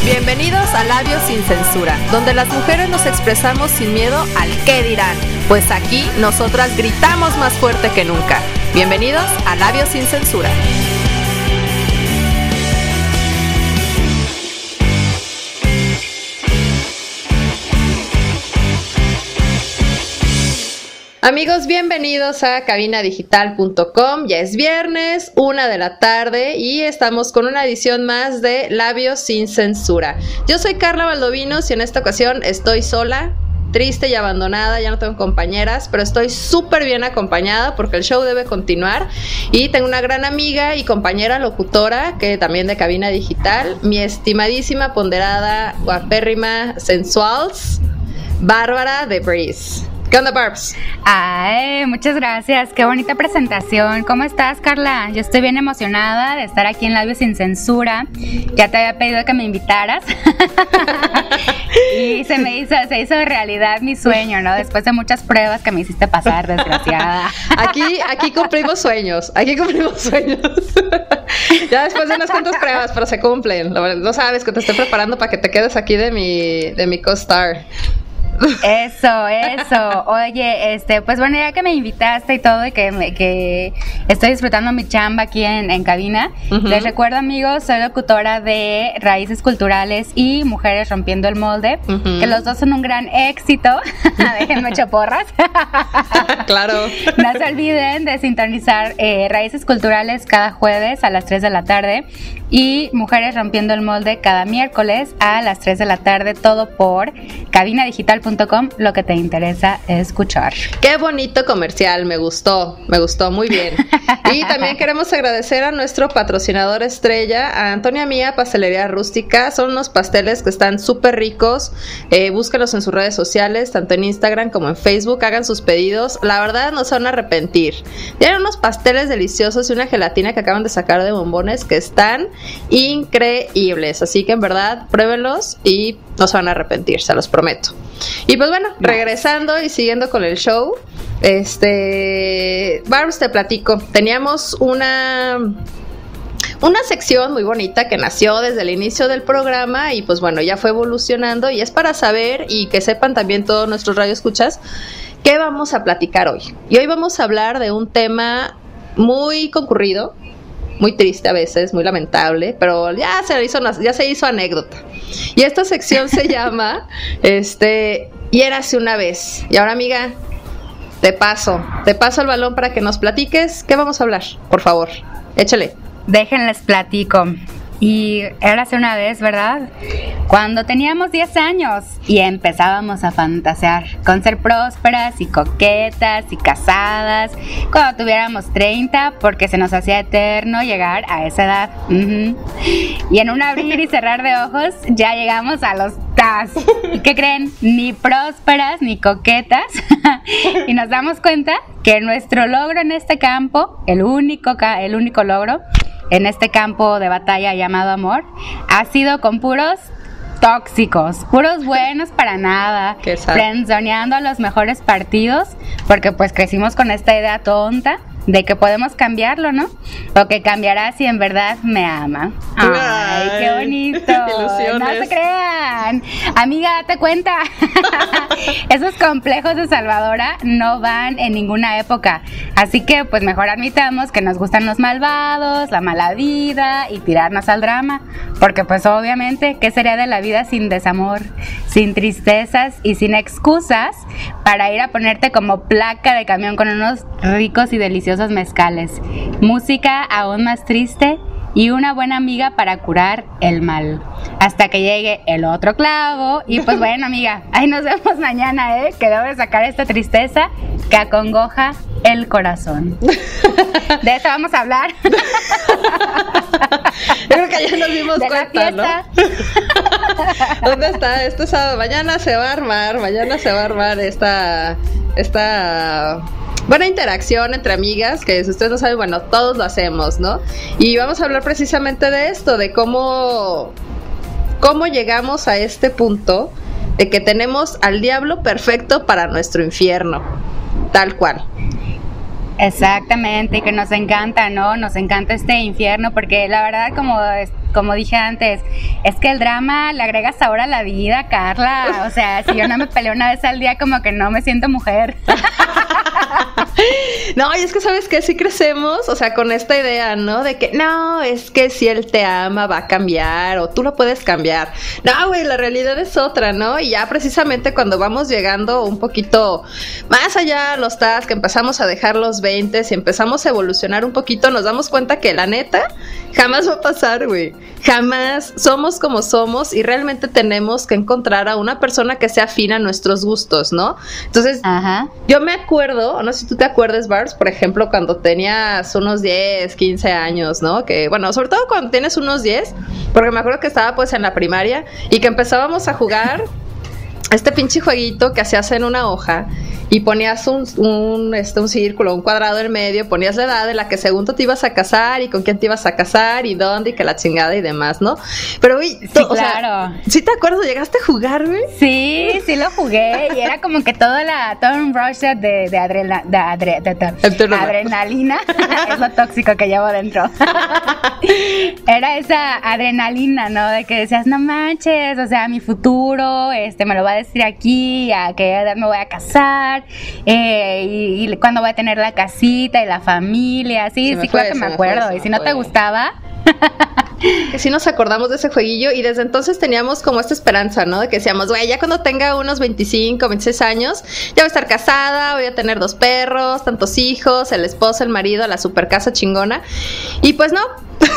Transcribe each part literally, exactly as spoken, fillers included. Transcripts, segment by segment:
Bienvenidos a Labios sin Censura, donde las mujeres nos expresamos sin miedo al qué dirán, pues aquí nosotras gritamos más fuerte que nunca. Bienvenidos a Labios sin Censura. Amigos, bienvenidos a cabina digital punto com. Ya es viernes, una de la tarde, y estamos con una edición más de Labios sin Censura. Yo soy Carla Valdovinos y en esta ocasión estoy sola, triste y abandonada, ya no tengo compañeras, pero estoy súper bien acompañada porque el show debe continuar. Y tengo una gran amiga y compañera locutora, que también de cabina digital, mi estimadísima, ponderada, guapérrima, sensuals, Bárbara de Breeze. ¿Qué onda, Barbs? Ay, muchas gracias, qué bonita presentación. ¿Cómo estás, Carla? Yo estoy bien emocionada de estar aquí en Labios sin Censura. Ya te había pedido que me invitaras y se me hizo, se hizo realidad mi sueño, ¿no? Después de muchas pruebas que me hiciste pasar, desgraciada. Aquí, aquí cumplimos sueños, aquí cumplimos sueños. Ya después de unas cuantas pruebas, pero se cumplen. No sabes que te estoy preparando para que te quedes aquí de mi, de mi co-star. Eso, eso. Oye, este, pues bueno, ya que me invitaste y todo, y que, me, que estoy disfrutando mi chamba aquí en, en cabina, uh-huh. Les recuerdo, amigos, soy locutora de Raíces Culturales y Mujeres Rompiendo el Molde, uh-huh. que los dos son un gran éxito. Déjenme echar porras. Claro. No se olviden de sintonizar eh, Raíces Culturales cada jueves a las tres de la tarde y Mujeres Rompiendo el Molde cada miércoles a las tres de la tarde, todo por cabina digital punto com, lo que te interesa escuchar. Qué bonito comercial, me gustó, me gustó, muy bien. Y también queremos agradecer a nuestro patrocinador estrella, a Antonia Mía Pastelería Rústica. Son unos pasteles que están súper ricos, eh, búsquenlos en sus redes sociales, tanto en Instagram como en Facebook, hagan sus pedidos, la verdad no se van a arrepentir. Tienen unos pasteles deliciosos y una gelatina que acaban de sacar de bombones que están increíbles, así que en verdad pruébenlos y no se van a arrepentir, se los prometo. Y pues bueno, regresando y siguiendo con el show, este, Barbs, te platico, teníamos una una sección muy bonita que nació desde el inicio del programa y pues bueno, ya fue evolucionando y es para saber y que sepan también todos nuestros radioescuchas qué vamos a platicar hoy. Y hoy vamos a hablar de un tema muy concurrido, muy triste a veces, muy lamentable, pero ya se hizo, ya se hizo anécdota. Y esta sección se llama, este, y érase una vez. Y ahora, amiga, te paso, te paso el balón para que nos platiques. ¿Qué vamos a hablar? Por favor, échale. Déjenles platico. Y érase una vez, ¿verdad? Cuando teníamos diez años y empezábamos a fantasear con ser prósperas y coquetas y casadas. Cuando tuviéramos treinta, porque se nos hacía eterno llegar a esa edad. Uh-huh. Y en un abrir y cerrar de ojos ya llegamos a los tas. ¿Y qué creen? Ni prósperas ni coquetas. Y nos damos cuenta que nuestro logro en este campo, el único, el único logro en este campo de batalla llamado amor, ha sido con puros tóxicos, puros buenos para nada, friendzoneando a los mejores partidos, porque pues crecimos con esta idea tonta de que podemos cambiarlo, ¿no? O que cambiará si en verdad me ama. Ay, Ay qué bonito. Ilusiones. No se crean. Amiga, date cuenta. Esos complejos de salvadora no van en ninguna época. Así que, pues mejor admitamos que nos gustan los malvados, la mala vida y tirarnos al drama. Porque, pues obviamente, ¿qué sería de la vida sin desamor, sin tristezas y sin excusas para ir a ponerte como placa de camión con unos ricos y deliciosos mezcales, música aún más triste y una buena amiga para curar el mal, hasta que llegue el otro clavo? Y pues bueno, amiga, ahí nos vemos mañana, ¿eh? Que debo de sacar esta tristeza que acongoja el corazón. De eso vamos a hablar. Creo que ya nos dimos de cuenta, ¿no? ¿Dónde está? Este sábado, mañana se va a armar, mañana se va a armar esta, esta buena interacción entre amigas, que si ustedes no saben, bueno, todos lo hacemos, ¿no? Y vamos a hablar precisamente de esto, de cómo, cómo llegamos a este punto de que tenemos al diablo perfecto para nuestro infierno, tal cual. Exactamente, y que nos encanta, ¿no? Nos encanta este infierno porque la verdad, como, como dije antes, es que el drama le agrega sabor a la vida, Carla. O sea, si yo no me peleo una vez al día, como que no me siento mujer. No, y es que sabes que sí crecemos, o sea, con esta idea, ¿no? De que no, es que si él te ama va a cambiar o tú lo puedes cambiar. No, güey, la realidad es otra, ¿no? Y ya precisamente cuando vamos llegando un poquito más allá a los tasks, que empezamos a dejar los veinte y empezamos a evolucionar un poquito, nos damos cuenta que la neta jamás va a pasar, güey. Jamás somos como somos y realmente tenemos que encontrar a una persona que sea afín a nuestros gustos, ¿no? Entonces, ajá, yo me acuerdo, no sé si tú te acuerdas, Barbs, por ejemplo, cuando tenías unos diez, quince años, ¿no? Que, bueno, sobre todo cuando tienes unos diez, porque me acuerdo que estaba pues en la primaria y que empezábamos a jugar este pinche jueguito que hacías en una hoja y ponías un, un, este, un círculo, un cuadrado en medio, ponías la edad de la que según tú te ibas a casar y con quién te ibas a casar y dónde y que la chingada y demás, ¿no? Pero, güey, sí, o claro. sea, ¿sí te acuerdas? ¿Llegaste a jugar, güey? Sí, sí lo jugué y era como que toda la, todo un rush de, de, adrena, de, adre, de, de, de adrenalina, es lo tóxico que llevo dentro. Era esa adrenalina, ¿no? De que decías, no manches, o sea, mi futuro, este, me lo va a decir aquí, a qué edad me voy a casar. Eh, y, y cuando voy a tener la casita y la familia, sí, sí, claro que me acuerdo. Y si no te gustaba, que sí nos acordamos de ese jueguillo y desde entonces teníamos como esta esperanza, ¿no? De que decíamos, güey, ya cuando tenga unos veinticinco, veintiséis años, ya voy a estar casada, voy a tener dos perros, tantos hijos, el esposo, el marido, la super casa chingona. Y pues no.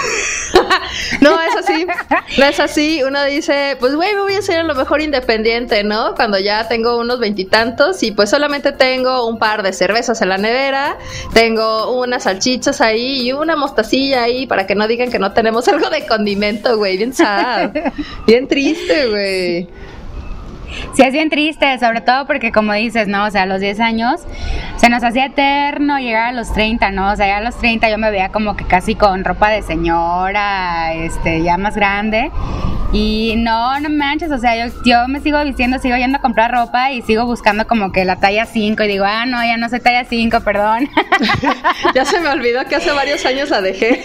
No es así, no es así. Uno dice, pues güey, me voy a hacer a lo mejor independiente, ¿no? Cuando ya tengo unos veintitantos y pues solamente tengo un par de cervezas en la nevera, tengo unas salchichas ahí y una mostacilla ahí para que no digan que no tenemos algo de condimento, güey. Bien sad, bien triste, güey. Sí, es bien triste, sobre todo porque como dices, ¿no? O sea, a los diez años se nos hacía eterno llegar a los treinta, ¿no? O sea, ya a los treinta yo me veía como que casi con ropa de señora, este, ya más grande. Y no, no manches, o sea, yo, yo me sigo vistiendo, sigo yendo a comprar ropa y sigo buscando como que la talla cinco y digo, ah, no, ya no soy talla cinco, perdón. Ya se me olvidó que hace varios años la dejé.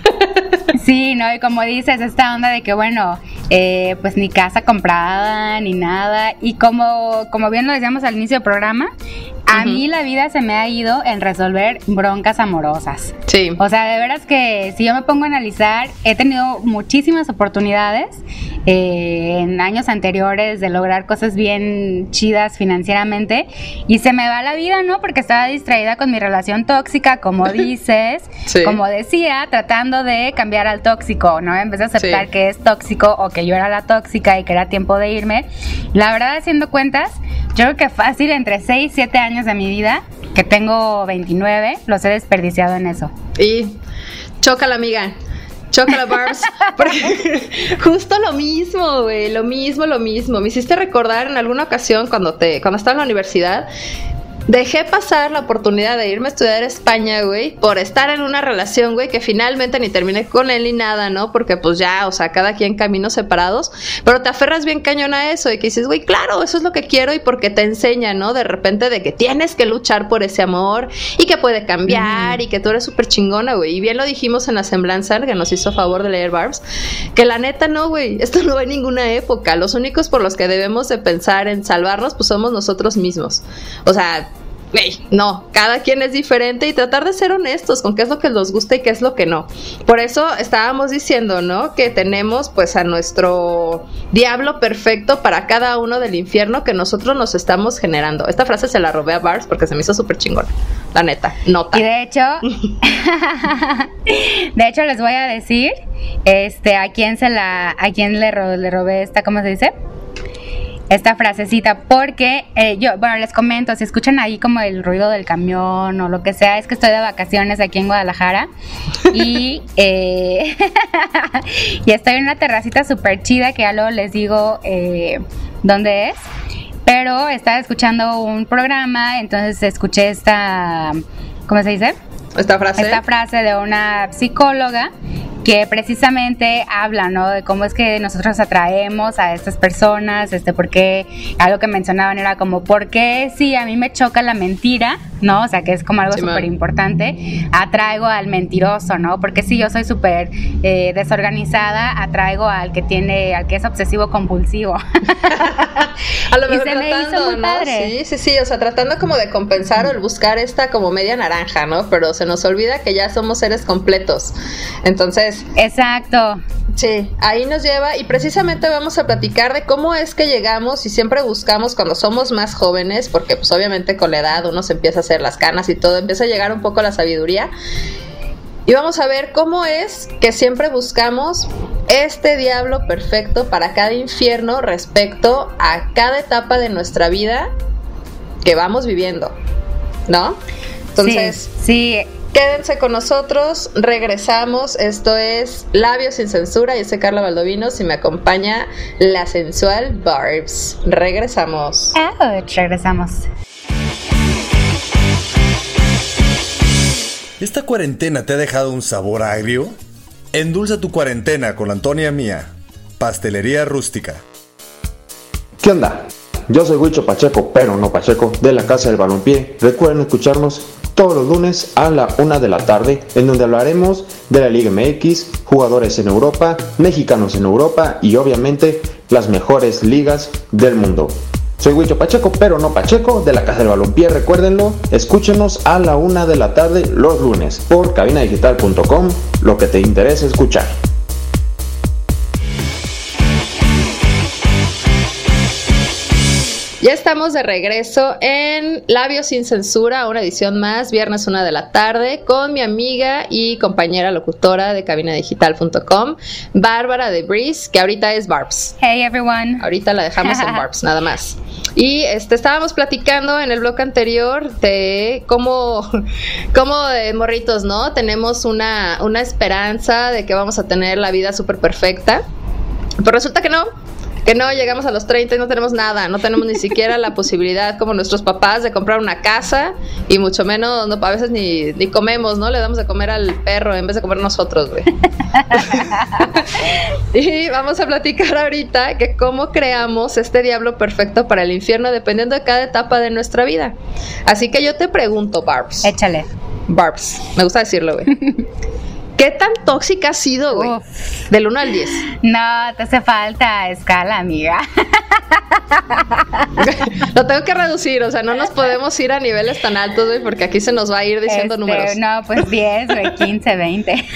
Sí, ¿no? Y como dices, esta onda de que, bueno, eh, pues ni casa comprada, ni nada. Y como, como bien lo decíamos al inicio del programa, a uh-huh. mí la vida se me ha ido en resolver broncas amorosas. Sí. O sea, de veras que si yo me pongo a analizar, he tenido muchísimas oportunidades eh, en años anteriores de lograr cosas bien chidas financieramente y se me va la vida, ¿no? Porque estaba distraída con mi relación tóxica, como dices, sí. Como decía, tratando de cambiar al tóxico, ¿no? En vez de aceptar sí. que es tóxico o que yo era la tóxica y que era tiempo de irme. La verdad, haciendo cuentas, yo creo que fácil entre seis, siete años de mi vida, que tengo veintinueve, los he desperdiciado en eso. Y chócala, amiga. Chócala, Barbs. Porque justo lo mismo, güey. Lo mismo, lo mismo. Me hiciste recordar en alguna ocasión cuando te, cuando estaba en la universidad. Dejé pasar la oportunidad de irme a estudiar a España, güey, por estar en una relación, güey, que finalmente ni terminé con él ni nada, ¿no? Porque pues ya, o sea, cada quien caminos separados, pero te aferras bien cañón a eso y que dices, güey, claro, eso es lo que quiero y porque te enseña, ¿no? De repente de que tienes que luchar por ese amor y que puede cambiar mm. y que tú eres súper chingona, güey. Y bien lo dijimos en la semblanza que nos hizo favor de leer Barbs, que la neta no, güey, esto no va en ninguna época. Los únicos por los que debemos de pensar en salvarnos, pues somos nosotros mismos. O sea, Hey, no, cada quien es diferente y tratar de ser honestos con qué es lo que nos gusta y qué es lo que no. Por eso estábamos diciendo, ¿no? Que tenemos pues a nuestro diablo perfecto para cada uno del infierno que nosotros nos estamos generando. Esta frase se la robé a Barbs porque se me hizo súper chingona, la neta, nota. Y de hecho, de hecho les voy a decir, este, a quién se la, a quién le, ro- le robé esta, ¿cómo se dice? Esta frasecita, porque eh, yo, bueno, les comento, si escuchan ahí como el ruido del camión o lo que sea, es que estoy de vacaciones aquí en Guadalajara y, eh, y estoy en una terracita súper chida que ya luego les digo eh, dónde es, pero estaba escuchando un programa, entonces escuché esta, ¿cómo se dice? Esta frase. Esta frase de una psicóloga que precisamente habla, ¿no? De cómo es que nosotros atraemos a estas personas, este, porque algo que mencionaban era como, ¿por qué si a mí me choca la mentira, ¿no? O sea, que es como algo Sí, súper importante. Atraigo al mentiroso, ¿no? Porque si yo soy súper eh, desorganizada, atraigo al que tiene, al que es obsesivo compulsivo. A lo mejor y se me tratando, hizo muy ¿no? padre. Sí, sí, sí, o sea, tratando como de compensar o el buscar esta como media naranja, ¿no? Pero se nos olvida que ya somos seres completos. Entonces... Exacto. Sí, ahí nos lleva y precisamente vamos a platicar de cómo es que llegamos y siempre buscamos cuando somos más jóvenes, porque pues obviamente con la edad uno se empieza a hacer las canas y todo, empieza a llegar un poco la sabiduría. Y vamos a ver cómo es que siempre buscamos este diablo perfecto para cada infierno respecto a cada etapa de nuestra vida que vamos viviendo, ¿no? Entonces, sí, sí. Quédense con nosotros, regresamos, esto es Labios sin Censura, yo soy Carla Valdovinos y me acompaña la sensual Barbs. Regresamos. Ouch, regresamos. ¿Esta cuarentena te ha dejado un sabor agrio? Endulza tu cuarentena con la Antonia Mía, Pastelería Rústica. ¿Qué onda? Yo soy Huicho Pacheco, pero no Pacheco, de la Casa del Balompié. Recuerden escucharnos todos los lunes a la una de la tarde, en donde hablaremos de la Liga M X, jugadores en Europa, mexicanos en Europa y obviamente las mejores ligas del mundo. Soy Huicho Pacheco, pero no Pacheco, de la Casa del Balompié, recuérdenlo, escúchenos a la una de la tarde los lunes por cabina digital punto com, lo que te interesa escuchar. Ya estamos de regreso en Labios sin Censura, una edición más, viernes una de la tarde, con mi amiga y compañera locutora de cabina digital punto com, Bárbara de Breeze, que ahorita es Barbs. Hey everyone. Ahorita la dejamos en Barbs, nada más. Y este, estábamos platicando en el blog anterior de cómo, cómo de morritos, ¿no? Tenemos una, una esperanza de que vamos a tener la vida súper perfecta, pero resulta que no. Que no, llegamos a los treinta y no tenemos nada, no tenemos ni siquiera la posibilidad como nuestros papás de comprar una casa y mucho menos, no, a veces ni, ni comemos, ¿no? Le damos de comer al perro en vez de comer nosotros, güey. Y vamos a platicar ahorita que cómo creamos este diablo perfecto para el infierno dependiendo de cada etapa de nuestra vida. Así que yo te pregunto, Barbs. Échale. Barbs, me gusta decirlo, güey. ¿Qué tan tóxica has sido, güey? Uf. Del uno al diez. No, te hace falta escala, amiga. Lo tengo que reducir, o sea, no nos podemos ir a niveles tan altos, güey, porque aquí se nos va a ir diciendo este, números. No, pues diez, güey, quince, veinte.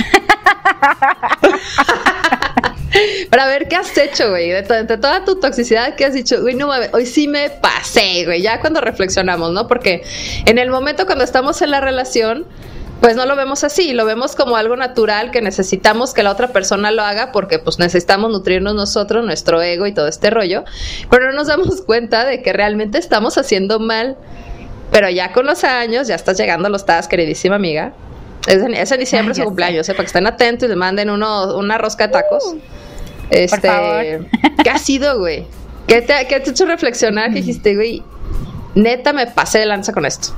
Para ver qué has hecho, güey, de, to- de toda tu toxicidad que has dicho, güey, no mames, hoy sí me pasé, güey, ya cuando reflexionamos, ¿no? Porque en el momento cuando estamos en la relación, pues no lo vemos así, lo vemos como algo natural que necesitamos que la otra persona lo haga porque pues necesitamos nutrirnos nosotros, nuestro ego y todo este rollo, pero no nos damos cuenta de que realmente estamos haciendo mal. Pero ya con los años, ya estás llegando a los tazos, queridísima amiga. Es en, es en diciembre su cumpleaños, ¿eh? Para que estén atentos y le manden uno, una rosca de tacos. Uh, este, por favor. ¿Qué ha sido, güey? ¿Qué te, qué te ha hecho reflexionar? Que dijiste, güey, neta me pasé de lanza con esto.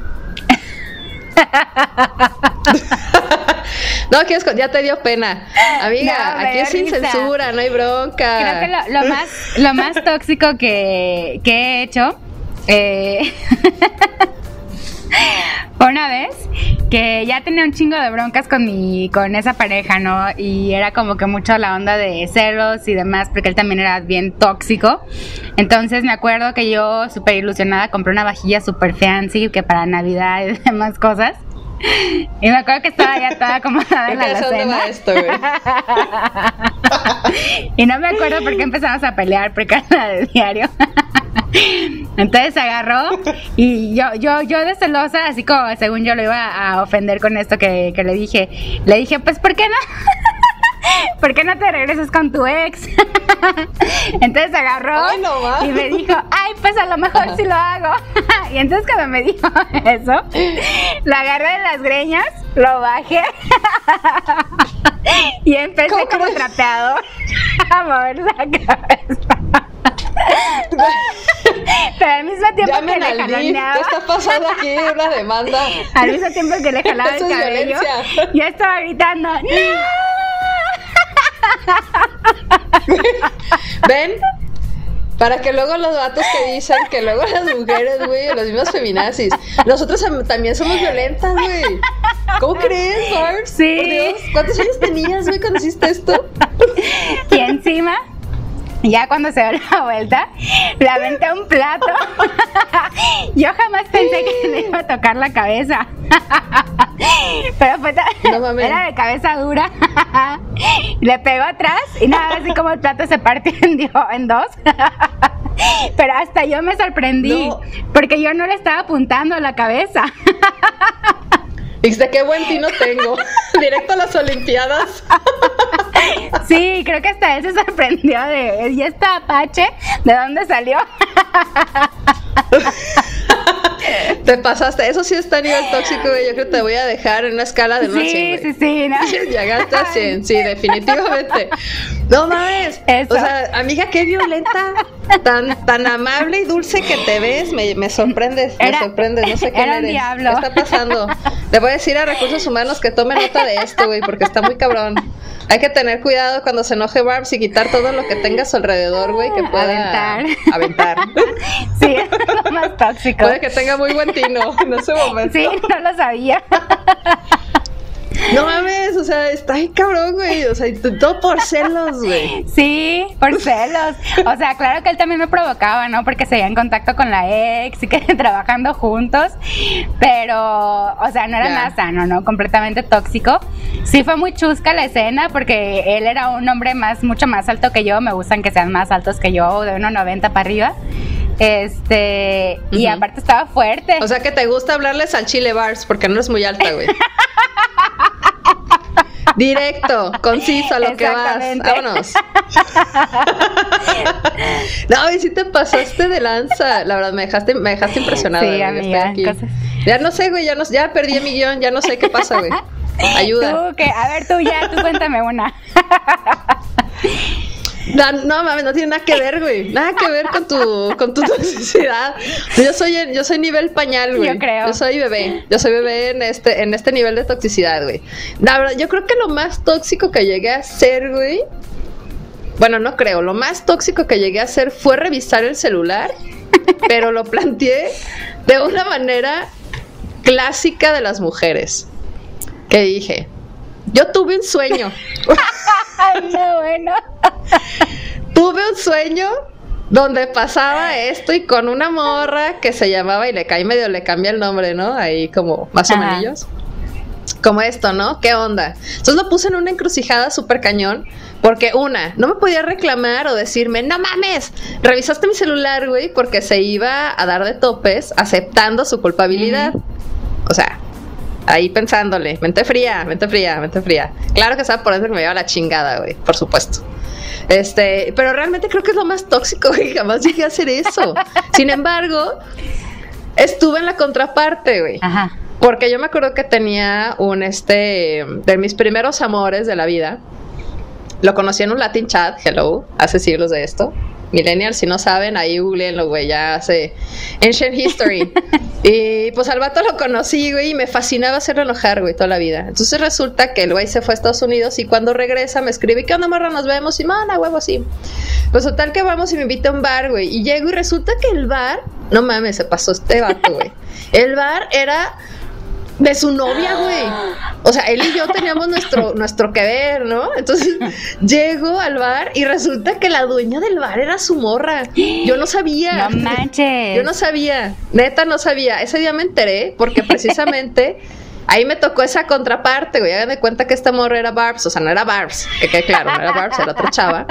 No, ¿quieres? Ya te dio pena. Amiga, no, aquí es sin risa. Censura, no hay bronca. Creo que lo, lo más lo más tóxico que, que he hecho eh, fue una vez que ya tenía un chingo de broncas con mi con esa pareja, ¿no? Y era como que mucho la onda de celos y demás, porque él también era bien tóxico. Entonces me acuerdo que yo súper ilusionada compré una vajilla súper fancy que para Navidad y demás cosas. Y me acuerdo que estaba ya toda acomodada en la alacena. Esto, güey. Y no me acuerdo por qué empezamos a pelear, porque era de diario. Entonces se agarró y yo, yo, yo de celosa, así como según yo lo iba a ofender con esto que, que le dije, le dije, pues ¿por qué no? ¿Por qué no te regresas con tu ex? Entonces se agarró ay, no, y me dijo, ay, pues a lo mejor sí lo hago. Y entonces cuando me dijo eso, lo agarré de las greñas, lo bajé y empecé como crees? trapeador a mover la cabeza. Pero al mismo tiempo Llamen que le jaloneaba, ¿qué está pasando aquí? Una demanda. Al mismo tiempo que le jalaba el cabello, yo estaba gritando, ¡no! ¿Ven? Para que luego los vatos que dicen que luego las mujeres, güey, los mismos feminazis, nosotros también somos violentas, güey. ¿Cómo crees, Barbs? Sí. Por Dios, ¿cuántos años tenías, güey, cuando hiciste esto? Y encima, ya cuando se dio la vuelta, le aventé un plato. Yo jamás pensé que le iba a tocar la cabeza. Pero fue ta- no, era de cabeza dura. Le pegó atrás y nada, así como el plato se partió en, en dos. Pero hasta yo me sorprendí, no. Porque yo no le estaba apuntando a la cabeza. Dijiste, qué buen tino tengo. Directo a las Olimpiadas. Sí, creo que hasta él se sorprendió de, ¿y esta Apache? ¿De dónde salió? Te pasaste, eso sí está a nivel tóxico, güey. Yo creo que te voy a dejar en una escala de uno a cien, Sí, sí, sí, ¿no? Llegaste a cien, sí, definitivamente. No mames. Eso. O sea, amiga, qué violenta, tan, tan amable y dulce que te ves. Me, me sorprendes, era, me sorprendes. No sé quién era eres. Un diablo. ¿Qué está pasando? Le voy a decir a Recursos Humanos que tome nota de esto, güey, porque está muy cabrón. Hay que tener cuidado cuando se enoje Barbs y quitar todo lo que tenga a su alrededor, güey, que pueda aventar. aventar. Sí, es lo más tóxico. Puede que tenga muy buen tino en ese momento. Sí, no lo sabía. No mames, o sea, está ahí cabrón, güey. O sea, todo por celos, güey. Sí, por celos. O sea, claro que él también me provocaba, ¿no? Porque seguía en contacto con la ex y que trabajando juntos. Pero, o sea, no era yeah. nada sano, ¿no? Completamente tóxico. Sí fue muy chusca la escena porque él era un hombre más, mucho más alto que yo. Me gustan que sean más altos que yo, de uno noventa para arriba. Este, uh-huh. Y aparte estaba fuerte. O sea que te gusta hablarles al chile Barbs porque no eres muy alta, güey. Directo, conciso a lo que vas. Vámonos. No, y si te pasaste de lanza. La verdad, me dejaste, me dejaste impresionada. Sí, amiga. Cosas... Ya no sé, güey, ya, no, ya perdí el millón, ya no sé qué pasa, güey. Ayuda. Tú, que, a ver, tú ya, tú cuéntame una. No, no mames, no tiene nada que ver, güey. Nada que ver con tu, con tu toxicidad. Yo soy, yo soy nivel pañal, güey. Yo creo. Yo soy bebé. Yo soy bebé en este, en este nivel de toxicidad, güey. La verdad, yo creo que lo más tóxico que llegué a hacer, güey. Bueno, no creo. Lo más tóxico que llegué a hacer fue revisar el celular, pero lo planteé de una manera clásica de las mujeres. Que dije, yo tuve un sueño. Ay, no, bueno. Tuve un sueño donde pasaba esto y con una morra que se llamaba, y le caí medio, le cambié el nombre, ¿no? Ahí como más o menos. Como esto, ¿no? ¿Qué onda? Entonces lo puse en una encrucijada súper cañón. Porque una, no me podía reclamar o decirme, no mames, revisaste mi celular, güey, porque se iba a dar de topes aceptando su culpabilidad. Mm. O sea, ahí pensándole, mente fría, mente fría, mente fría. Claro que sabe por eso que me lleva la chingada, güey, por supuesto. Este, pero realmente creo que es lo más tóxico, güey, jamás llegué a hacer eso. Sin embargo, estuve en la contraparte, güey. Ajá. Porque yo me acuerdo que tenía un, este, de mis primeros amores de la vida. Lo conocí en un Latin chat, hello, hace siglos de esto. Millennials, si no saben, ahí googleenlo, güey, ya hace Ancient History. Y pues al vato lo conocí, güey, y me fascinaba hacerlo enojar, güey, toda la vida. Entonces resulta que el güey se fue a Estados Unidos y cuando regresa me escribe, ¿qué onda, morra? Nos vemos. Y mana, huevo, sí. Pues total que vamos y me invita a un bar, güey. Y llego y resulta que el bar, no mames, se pasó este vato, güey. El bar era de su novia, güey. O sea, él y yo teníamos nuestro, nuestro que ver, ¿no? Entonces, llego al bar y resulta que la dueña del bar era su morra. Yo no sabía. No manches. Yo no sabía. Neta, no sabía. Ese día me enteré porque precisamente ahí me tocó esa contraparte, güey. Hagan de cuenta que esta morra era Barbs. O sea, no era Barbs. Que quede claro, no era Barbs, era otra chava.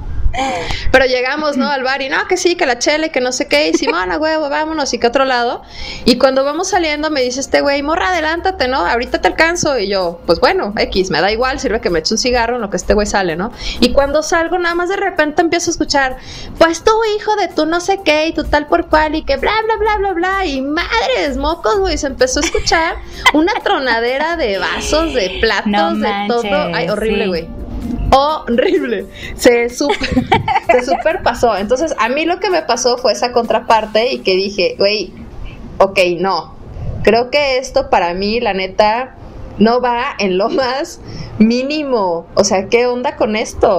Pero llegamos, ¿no? Al bar y no, que sí, que la chela y que no sé qué. Y Simona, huevo, vámonos y que otro lado. Y cuando vamos saliendo me dice este güey, morra, adelántate, ¿no? Ahorita te alcanzo. Y yo, pues bueno, X, me da igual, sirve que me eche un cigarro en lo que este güey sale, ¿no? Y cuando salgo, nada más de repente empiezo a escuchar, pues tú, hijo de tu no sé qué, y tu tal por cual, y que bla, bla, bla, bla, bla. Y madres, mocos, güey, se empezó a escuchar una tronadera de vasos, de platos, no de todo. Ay, horrible, güey. Sí. Horrible, se super, se super pasó. Entonces a mí lo que me pasó fue esa contraparte y que dije, güey, ok, no, creo que esto para mí la neta no va en lo más mínimo. O sea, ¿qué onda con esto?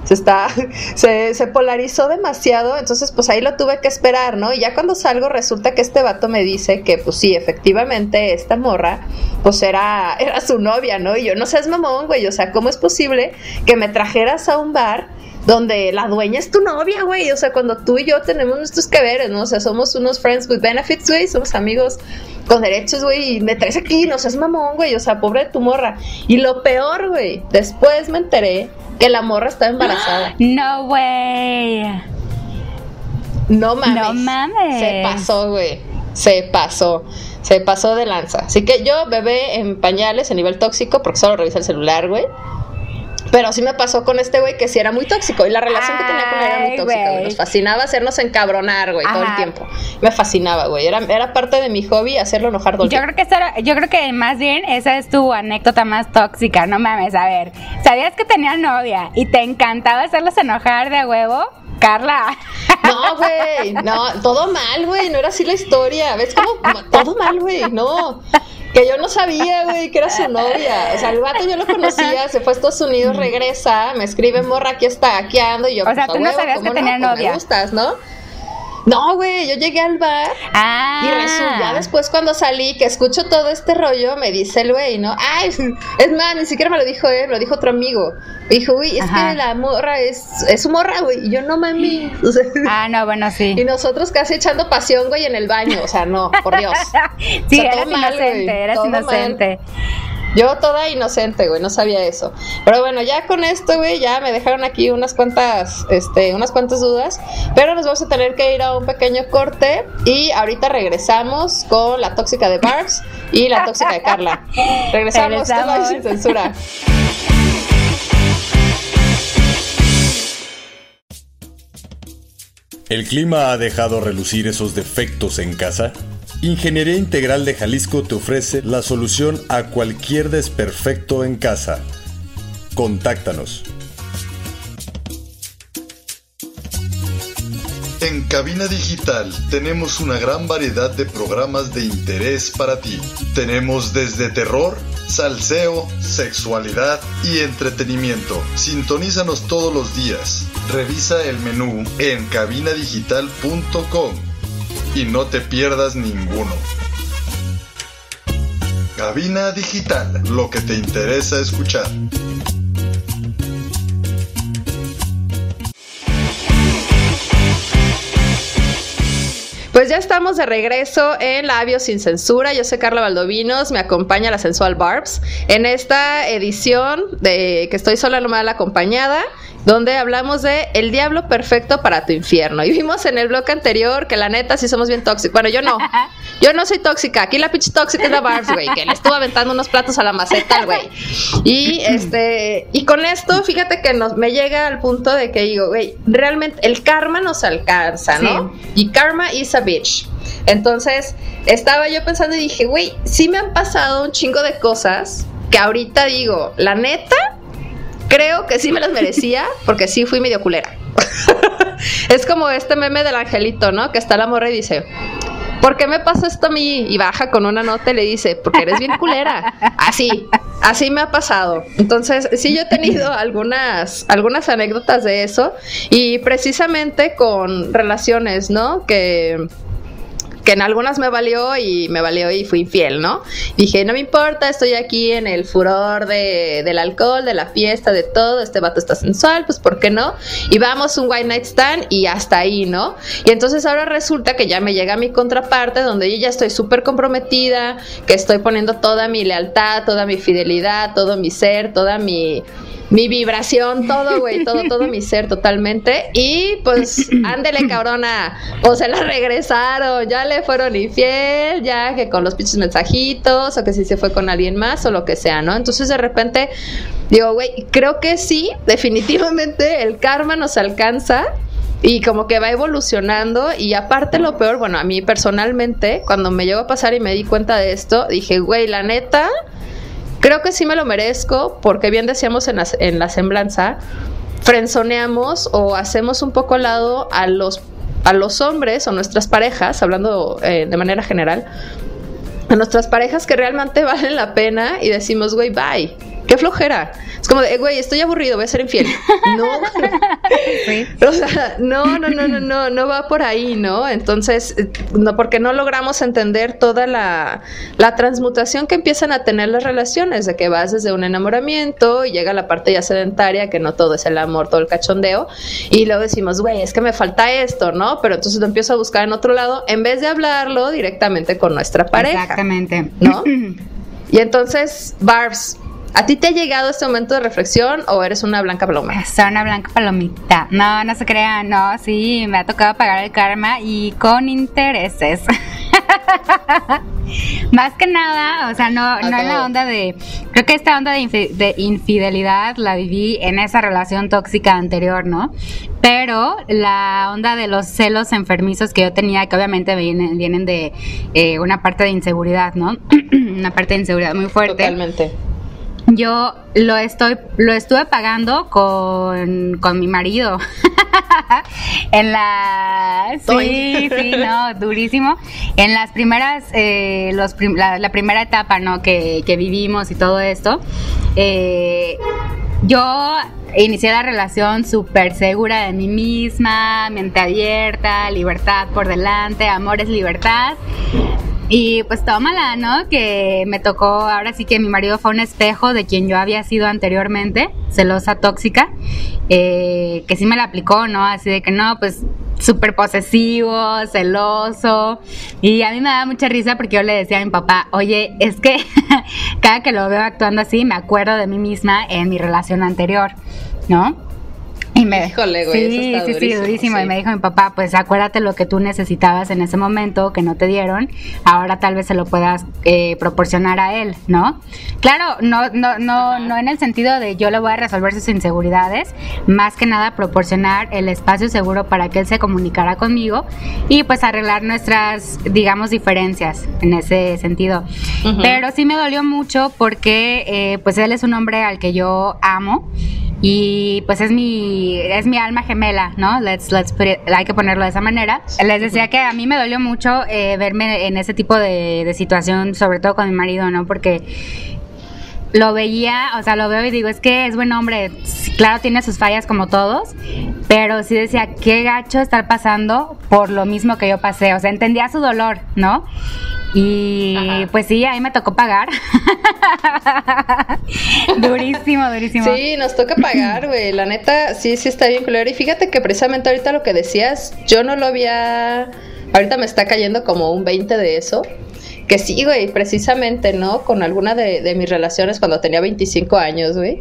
se está, se, se polarizó demasiado, entonces pues ahí lo tuve que esperar, ¿no? Y ya cuando salgo resulta que este vato me dice que pues sí, efectivamente esta morra pues era, era su novia, ¿no? Y yo, no seas mamón, güey, o sea, ¿cómo es posible que me trajeras a un bar donde la dueña es tu novia, güey? O sea, cuando tú y yo tenemos nuestros que veres, ¿no? O sea, somos unos friends with benefits, güey, somos amigos con derechos, güey, y me traes aquí, no seas mamón, güey, o sea, pobre de tu morra. Y lo peor, güey, después me enteré que la morra estaba embarazada. No, güey. No mames. No mames. Se pasó, güey. Se pasó. Se pasó de lanza. Así que yo, bebé en pañales a nivel tóxico, porque solo revisé el celular, güey. Pero sí me pasó con este güey que sí era muy tóxico. Y la relación Ay, que tenía con él era muy tóxica, güey. Nos fascinaba hacernos encabronar, güey, todo el tiempo. Me fascinaba, güey. Era, era parte de mi hobby hacerlo enojar todo el yo tiempo. Creo que esa era, yo creo que más bien esa es tu anécdota más tóxica. No mames, a ver. ¿Sabías que tenía novia y te encantaba hacerlos enojar de a huevo? Carla. No, güey. No, todo mal, güey. No era así la historia. ¿Ves cómo? Todo mal, güey. No. Que yo no sabía, güey, que era su novia. O sea, el vato yo lo conocía, se fue a Estados Unidos, regresa, me escribe, morra, aquí está, aquí ando. Y yo, o sea, tú no huevo, sabías que no? tenía Pues novia. Me gustas, ¿no? No, güey, yo llegué al bar ah. y resulta, ya después cuando salí, que escucho todo este rollo, me dice el güey, ¿no? Ay, es más, ni siquiera me lo dijo él, me lo dijo otro amigo. Me dijo, uy, es Ajá. que la morra es, es su morra, güey. Y yo, no mami. O sea, ah, no, bueno, sí. Y nosotros casi echando pasión, güey, en el baño. O sea, no, por Dios. Sí, o sea, eras mal, inocente, güey, eras inocente. Mal. Yo toda inocente, güey, no sabía eso. Pero bueno, ya con esto, güey, ya me dejaron aquí unas cuantas, este, unas cuantas dudas. Pero nos vamos a tener que ir a un pequeño corte. Y ahorita regresamos con la tóxica de Barbs y la tóxica de Carla. Regresamos, regresamos. Sin censura. ¿El clima ha dejado relucir esos defectos en casa? Ingeniería Integral de Jalisco te ofrece la solución a cualquier desperfecto en casa. Contáctanos. En Cabina Digital tenemos una gran variedad de programas de interés para ti. Tenemos desde terror, salseo, sexualidad y entretenimiento. Sintonízanos todos los días. Revisa el menú en cabina digital punto com y no te pierdas ninguno. Cabina Digital, lo que te interesa escuchar. Pues ya estamos de regreso en Labios Sin Censura. Yo soy Carla Valdovinos, me acompaña la sensual Barbs en esta edición de que estoy sola nomás acompañada, donde hablamos de El Diablo Perfecto para tu Infierno. Y vimos en el bloque anterior que la neta sí somos bien tóxicos. Bueno, yo no, yo no soy tóxica. Aquí la pinche tóxica es la Barbs, güey, que le estuvo aventando unos platos a la maceta, güey. Y este, y con esto, fíjate que nos, me llega al punto de que digo, güey, realmente el karma nos alcanza, ¿no? Sí. Y karma is a bitch. Entonces, estaba yo pensando y dije, güey, sí me han pasado un chingo de cosas que ahorita digo, la neta, creo que sí me las merecía, porque sí fui medio culera. Es como este meme del angelito, ¿no? Que está la morra y dice, ¿por qué me pasa esto a mí? Y baja con una nota y le dice, porque eres bien culera. Así, así me ha pasado. Entonces, sí, yo he tenido algunas, algunas anécdotas de eso. Y precisamente con relaciones, ¿no? Que... que en algunas me valió y me valió y fui infiel, ¿no? Dije, no me importa, estoy aquí en el furor de, del alcohol, de la fiesta, de todo, este vato está sensual, pues ¿por qué no? Y vamos un one night stand y hasta ahí, ¿no? Y entonces ahora resulta que ya me llega mi contraparte donde yo ya estoy súper comprometida, que estoy poniendo toda mi lealtad, toda mi fidelidad, todo mi ser, toda mi... mi vibración, todo, güey, todo, todo mi ser totalmente. Y pues, ándele, cabrona. O se la regresaron, ya le fueron infiel, ya que con los pinches mensajitos, o que si se fue con alguien más, o lo que sea, ¿no? Entonces, de repente, digo, güey, creo que sí, definitivamente el karma nos alcanza. Y como que va evolucionando. Y aparte lo peor, bueno, a mí personalmente, cuando me llegó a pasar y me di cuenta de esto, dije, güey, la neta, creo que sí me lo merezco, porque bien decíamos en la, en la semblanza, frenzoneamos o hacemos un poco al lado a los, a los hombres o nuestras parejas, hablando eh, de manera general, a nuestras parejas que realmente valen la pena y decimos, güey, bye. qué flojera. Es como de, güey, estoy aburrido, voy a ser infiel. No, sí. O sea, no, no, no, no, no, no va por ahí, ¿no? Entonces, no, porque no logramos entender toda la, la transmutación que empiezan a tener las relaciones, de que vas desde un enamoramiento y llega la parte ya sedentaria, que no todo es el amor, todo el cachondeo, y luego decimos, güey, es que me falta esto, ¿no? Pero entonces lo empiezo a buscar en otro lado, en vez de hablarlo directamente con nuestra pareja. Exactamente. ¿No? Y entonces, Barbs, ¿a ti te ha llegado este momento de reflexión o eres una blanca paloma? Soy una blanca palomita. No, no se crean, no, sí, me ha tocado pagar el karma y con intereses. Más que nada, o sea, no, no en la onda de... Creo que esta onda de, infi- de infidelidad la viví en esa relación tóxica anterior, ¿no? Pero la onda de los celos enfermizos que yo tenía, que obviamente vienen, vienen de eh, una parte de inseguridad, ¿no? Una parte de inseguridad muy fuerte. Totalmente. Yo lo estoy, lo estuve pagando con, con mi marido. En la, sí, sí, no, durísimo. En las primeras, eh, los prim, la, la primera etapa, ¿no? Que, que vivimos y todo esto. Eh, yo inicié la relación súper segura de mí misma, mente abierta, libertad por delante, amor es libertad. Y pues tómala, ¿no? Que me tocó, ahora sí que mi marido fue un espejo de quien yo había sido anteriormente, celosa, tóxica, eh, que sí me la aplicó, ¿no? Así de que no, pues súper posesivo, celoso, y a mí me daba mucha risa porque yo le decía a mi papá, oye, es que cada que lo veo actuando así me acuerdo de mí misma en mi relación anterior, ¿no? Y me, Híjole, güey, sí, eso está sí, durísimo, sí, durísimo. sí. Y me dijo mi papá, pues acuérdate lo que tú necesitabas en ese momento, que no te dieron, ahora tal vez se lo puedas eh, proporcionar a él, ¿no? Claro, no, no, no, no en el sentido de yo le voy a resolver sus inseguridades, más que nada proporcionar el espacio seguro para que él se comunicara conmigo y pues arreglar nuestras, digamos, diferencias en ese sentido. Uh-huh. Pero sí me dolió mucho porque eh, pues él es un hombre al que yo amo. Y pues es mi es mi alma gemela, ¿no? Let's let's put it, hay que ponerlo de esa manera. Les decía que a mí me dolió mucho eh, verme en ese tipo de, de situación, sobre todo con mi marido, ¿no? Porque lo veía, o sea, lo veo y digo, es que es buen hombre, claro, tiene sus fallas como todos, pero sí decía, qué gacho estar pasando por lo mismo que yo pasé, o sea, entendía su dolor, ¿no? Y ajá, pues sí, ahí me tocó pagar. Durísimo, durísimo. Sí, nos toca pagar, güey. La neta, sí, sí está bien culero. Y fíjate que precisamente ahorita lo que decías, yo no lo había... Ahorita me está cayendo como un veinte de eso. Que sí, güey, precisamente, ¿no? Con alguna de, de mis relaciones cuando tenía veinticinco años, güey.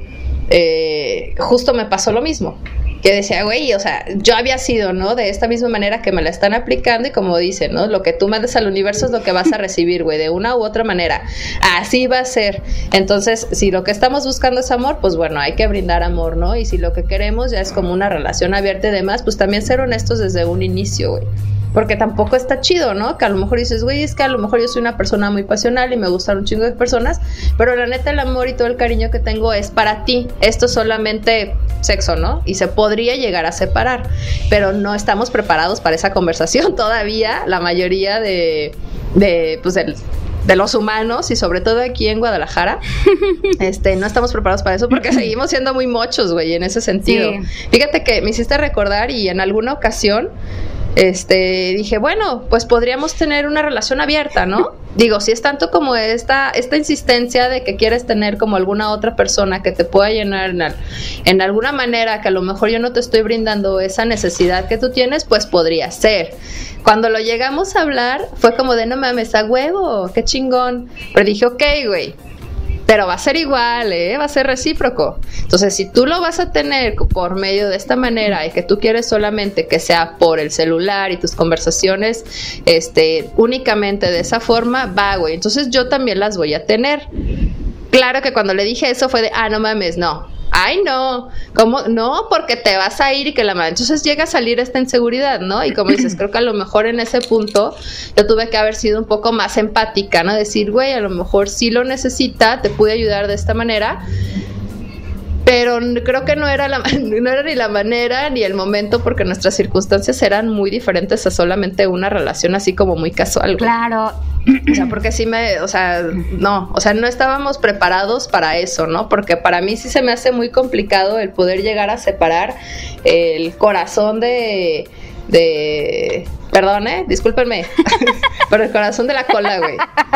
Eh, justo me pasó lo mismo. Que decía, güey, o sea, yo había sido, ¿no? De esta misma manera que me la están aplicando y como dicen, ¿no? Lo que tú mandes al universo es lo que vas a recibir, güey, de una u otra manera. Así va a ser. Entonces, si lo que estamos buscando es amor, pues bueno, hay que brindar amor, ¿no? Y si lo que queremos ya es como una relación abierta y demás, pues también ser honestos desde un inicio, güey. Porque tampoco está chido, ¿no? Que a lo mejor dices, güey, es que a lo mejor yo soy una persona muy pasional y me gustan un chingo de personas, pero la neta el amor y todo el cariño que tengo es para ti. Esto es solamente sexo, ¿no? Y se podría llegar a separar, pero no estamos preparados para esa conversación todavía, la mayoría de, de pues, del... de los humanos y sobre todo aquí en Guadalajara, este, no estamos preparados para eso porque seguimos siendo muy mochos, güey, en ese sentido. Sí. Fíjate que me hiciste recordar y en alguna ocasión este, dije, bueno, pues podríamos tener una relación abierta, ¿no? Digo, si es tanto como esta, esta insistencia de que quieres tener como alguna otra persona que te pueda llenar en, al, en alguna manera que a lo mejor yo no te estoy brindando esa necesidad que tú tienes, pues podría ser. Cuando lo llegamos a hablar, fue como de no mames, a huevo, qué chingón. Pero dije, ok, güey, pero va a ser igual, ¿eh? Va a ser recíproco. Entonces, si tú lo vas a tener por medio de esta manera y que tú quieres solamente que sea por el celular y tus conversaciones este, únicamente de esa forma, va, güey. Entonces, yo también las voy a tener. Claro que cuando le dije eso fue de, ah, no mames, no. Ay, no, ¿cómo? No, porque te vas a ir y que la madre. Entonces llega a salir esta inseguridad, ¿no? Y como dices, creo que a lo mejor en ese punto yo tuve que haber sido un poco más empática, ¿no? Decir, güey, a lo mejor sí lo necesita, te pude ayudar de esta manera, pero creo que no era, la, no era ni la manera ni el momento, porque nuestras circunstancias eran muy diferentes a solamente una relación así como muy casual. Claro. O sea, porque sí me, o sea, no, o sea, no estábamos preparados para eso, ¿no? Porque para mí sí se me hace muy complicado el poder llegar a separar el corazón de, de, perdón, eh, discúlpenme, pero el corazón de la cola, güey.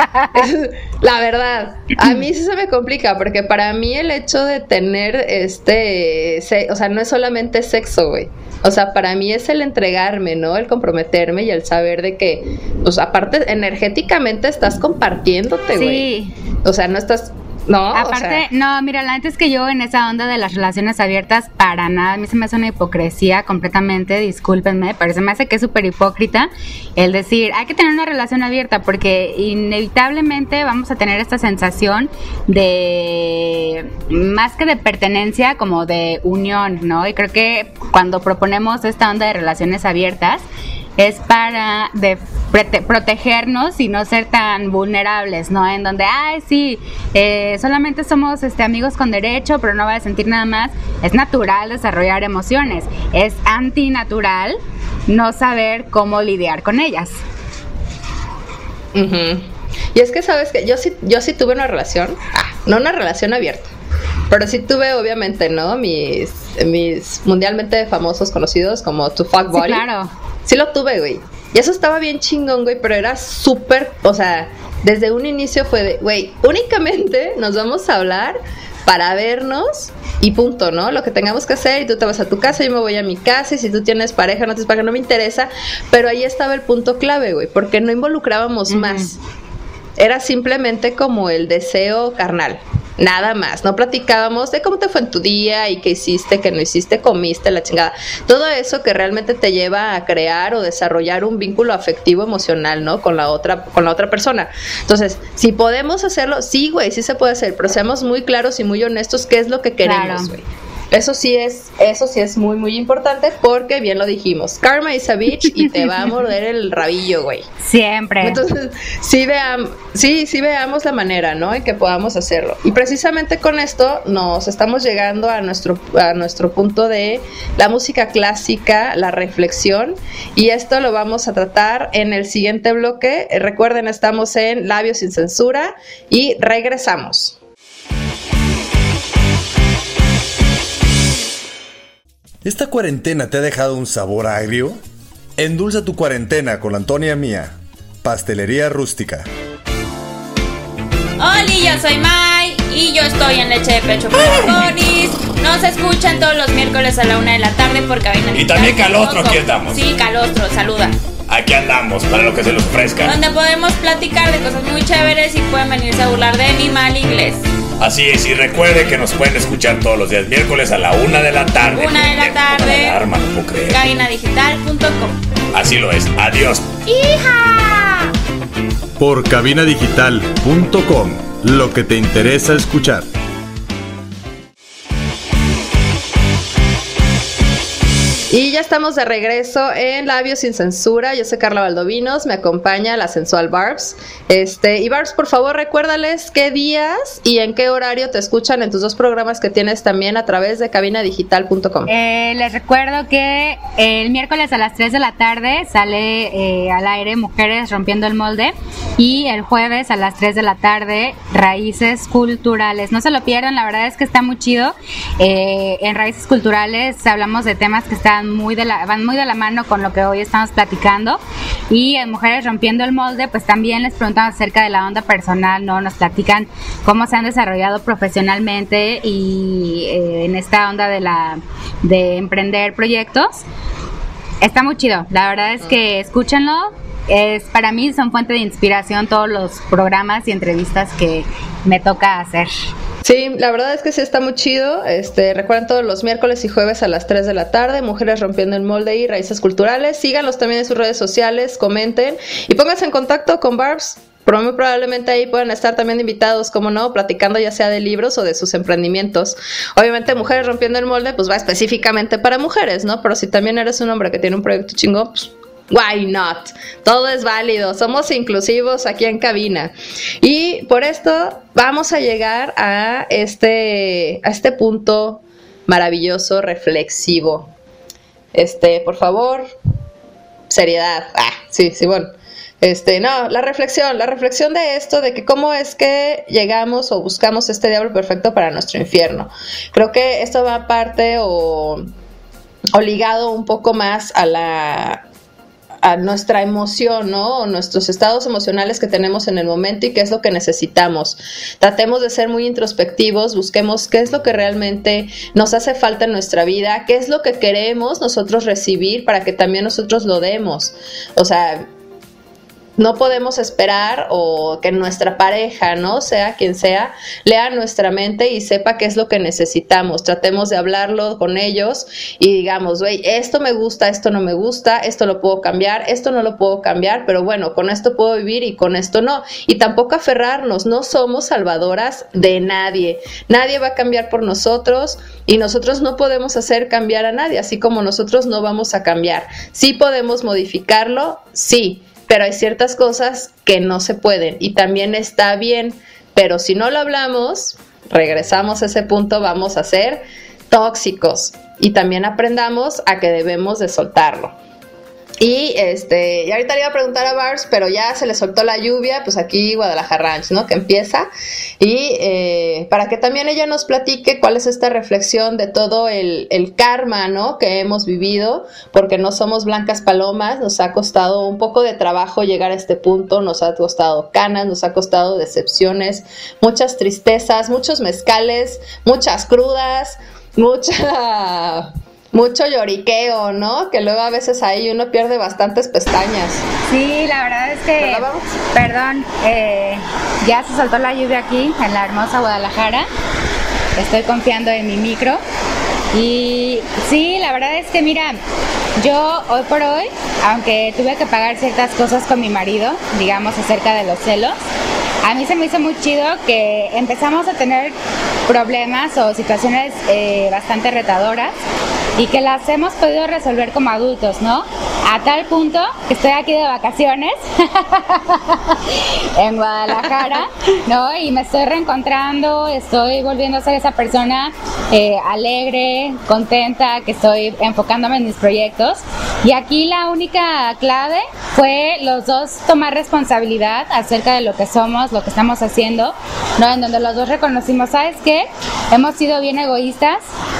La verdad, a mí sí se me complica, porque para mí el hecho de tener este, se, o sea, no es solamente sexo, güey. O sea, para mí es el entregarme, ¿no? El comprometerme y el saber de que, pues aparte, energéticamente estás compartiéndote, güey. Sí. O sea, no estás... No, aparte, o sea, no, mira, la neta es que yo en esa onda de las relaciones abiertas, para nada, a mí se me hace una hipocresía completamente, discúlpenme, pero se me hace que es súper hipócrita el decir, hay que tener una relación abierta, porque inevitablemente vamos a tener esta sensación de, más que de pertenencia, como de unión, ¿no? Y creo que cuando proponemos esta onda de relaciones abiertas, es para de prote- protegernos y no ser tan vulnerables, ¿no? En donde, ay, sí, eh, solamente somos este, amigos con derecho, pero no voy a sentir nada más. Es natural desarrollar emociones. Es antinatural no saber cómo lidiar con ellas. Uh-huh. Y es que, ¿sabes qué? Yo sí, yo sí tuve una relación, ah, no una relación abierta, pero sí tuve, obviamente, ¿no? Mis, mis mundialmente famosos conocidos como To Fuck Body. Sí, claro. Sí lo tuve, güey. Y eso estaba bien chingón, güey, pero era súper, o sea, desde un inicio fue de, güey, únicamente nos vamos a hablar para vernos y punto, ¿no? Lo que tengamos que hacer, y tú te vas a tu casa, yo me voy a mi casa, y si tú tienes pareja, no tienes pareja, no me interesa, pero ahí estaba el punto clave, güey, porque no involucrábamos uh-huh. más. Era simplemente como el deseo carnal. Nada más, no platicábamos de cómo te fue en tu día y qué hiciste, qué no hiciste, comiste, la chingada. Todo eso que realmente te lleva a crear o desarrollar un vínculo afectivo emocional, ¿no? Con la otra, con la otra persona. Entonces, si podemos hacerlo, sí, güey, sí se puede hacer, pero seamos muy claros y muy honestos qué es lo que queremos, güey. Claro. Eso sí es, eso sí es muy, muy importante, porque bien lo dijimos, karma is a bitch y te va a morder el rabillo, güey. Siempre. Entonces, sí, veam, sí, sí veamos la manera, ¿no? En que podamos hacerlo. Y precisamente con esto nos estamos llegando a nuestro, a nuestro punto de la música clásica, la reflexión, y esto lo vamos a tratar en el siguiente bloque. Recuerden, estamos en Labios sin Censura y regresamos. ¿Esta cuarentena te ha dejado un sabor agrio? Endulza tu cuarentena con Antonia Mía, Pastelería Rústica. Hola, yo soy Mai y yo estoy en Leche de Pecho para Conis. Nos escuchan todos los miércoles a la una de la tarde por Cabina Digital. Y también Calostro, aquí andamos. Sí, Calostro, saluda. Aquí andamos, para lo que se les ofrezca. Donde podemos platicar de cosas muy chéveres y pueden venirse a burlar de mi mal inglés. Así es, y recuerde que nos pueden escuchar todos los días miércoles a la una de la tarde. Una de la tarde. Alarma, no puedo creer. cabina digital punto com. Así lo es, adiós. ¡Hija! Por cabina digital punto com, lo que te interesa escuchar. Y ya estamos de regreso en Labios sin Censura. Yo soy Carla Valdovinos, me acompaña la sensual Barbs. Este, y Barbs, por favor, recuérdales qué días y en qué horario te escuchan en tus dos programas que tienes también a través de cabina digital punto com. Eh, les recuerdo que el miércoles a las tres de la tarde sale eh, al aire Mujeres Rompiendo el Molde, y el jueves a las tres de la tarde Raíces Culturales. No se lo pierdan, la verdad es que está muy chido. Eh, en Raíces Culturales hablamos de temas que están muy de la, van muy de la mano con lo que hoy estamos platicando, y en Mujeres Rompiendo el Molde pues también les preguntamos acerca de la onda personal, ¿no? Nos platican cómo se han desarrollado profesionalmente y eh, en esta onda de la de emprender proyectos. Está muy chido, la verdad es que escúchenlo. Es, para mí son fuente de inspiración todos los programas y entrevistas que me toca hacer. Sí, la verdad es que sí está muy chido. Este, recuerden, todos los miércoles y jueves a las tres de la tarde, Mujeres Rompiendo el Molde y Raíces Culturales. Síganlos también en sus redes sociales, comenten y pónganse en contacto con Barbs. Pero muy probablemente ahí puedan estar también invitados, como no, platicando ya sea de libros o de sus emprendimientos. Obviamente Mujeres Rompiendo el Molde pues va específicamente para mujeres, ¿no? Pero si también eres un hombre que tiene un proyecto chingón, pues why not? Todo es válido, somos inclusivos aquí en cabina. Y por esto vamos a llegar a este, a este punto maravilloso, reflexivo. Este, por favor, seriedad. Ah, sí, sí, bueno. Este, no, la reflexión, la reflexión de esto, de que cómo es que llegamos o buscamos este diablo perfecto para nuestro infierno. Creo que esto va aparte o, o ligado un poco más a la a nuestra emoción, ¿no? O nuestros estados emocionales que tenemos en el momento y qué es lo que necesitamos. Tratemos de ser muy introspectivos, busquemos qué es lo que realmente nos hace falta en nuestra vida, qué es lo que queremos nosotros recibir para que también nosotros lo demos. O sea, no podemos esperar o que nuestra pareja, ¿no? Sea quien sea, lea nuestra mente y sepa qué es lo que necesitamos. Tratemos de hablarlo con ellos y digamos, güey, esto me gusta, esto no me gusta, esto lo puedo cambiar, esto no lo puedo cambiar, pero bueno, con esto puedo vivir y con esto no. Y tampoco aferrarnos, no somos salvadoras de nadie. Nadie va a cambiar por nosotros y nosotros no podemos hacer cambiar a nadie, así como nosotros no vamos a cambiar. Sí podemos modificarlo, sí, pero hay ciertas cosas que no se pueden y también está bien, pero si no lo hablamos, regresamos a ese punto, vamos a ser tóxicos y también aprendamos a que debemos de soltarlo. Y este, y ahorita le iba a preguntar a Barbs, pero ya se le soltó la lluvia, pues aquí Guadalajara Ranch, ¿no? Que empieza. Y eh, para que también ella nos platique cuál es esta reflexión de todo el, el karma, ¿no? Que hemos vivido, porque no somos blancas palomas, nos ha costado un poco de trabajo llegar a este punto, nos ha costado canas, nos ha costado decepciones, muchas tristezas, muchos mezcales, muchas crudas, mucha... mucho lloriqueo, ¿no? Que luego a veces ahí uno pierde bastantes pestañas. Sí, la verdad es que, perdón, eh, ya se soltó la lluvia aquí en la hermosa Guadalajara. Estoy confiando en mi micro. Y sí, la verdad es que mira, yo hoy por hoy, aunque tuve que pagar ciertas cosas con mi marido, digamos acerca de los celos, a mí se me hizo muy chido que empezamos a tener problemas o situaciones eh, bastante retadoras y que las hemos podido resolver como adultos, ¿no? A tal punto que estoy aquí de vacaciones en Guadalajara, ¿no? Y me estoy reencontrando, estoy volviendo a ser esa persona eh, alegre, contenta, que estoy enfocándome en mis proyectos. Y aquí la única clave fue los dos tomar responsabilidad acerca de lo que somos, lo que estamos haciendo, ¿no? En donde los dos reconocimos, ¿sabes qué? Hemos sido bien egoístas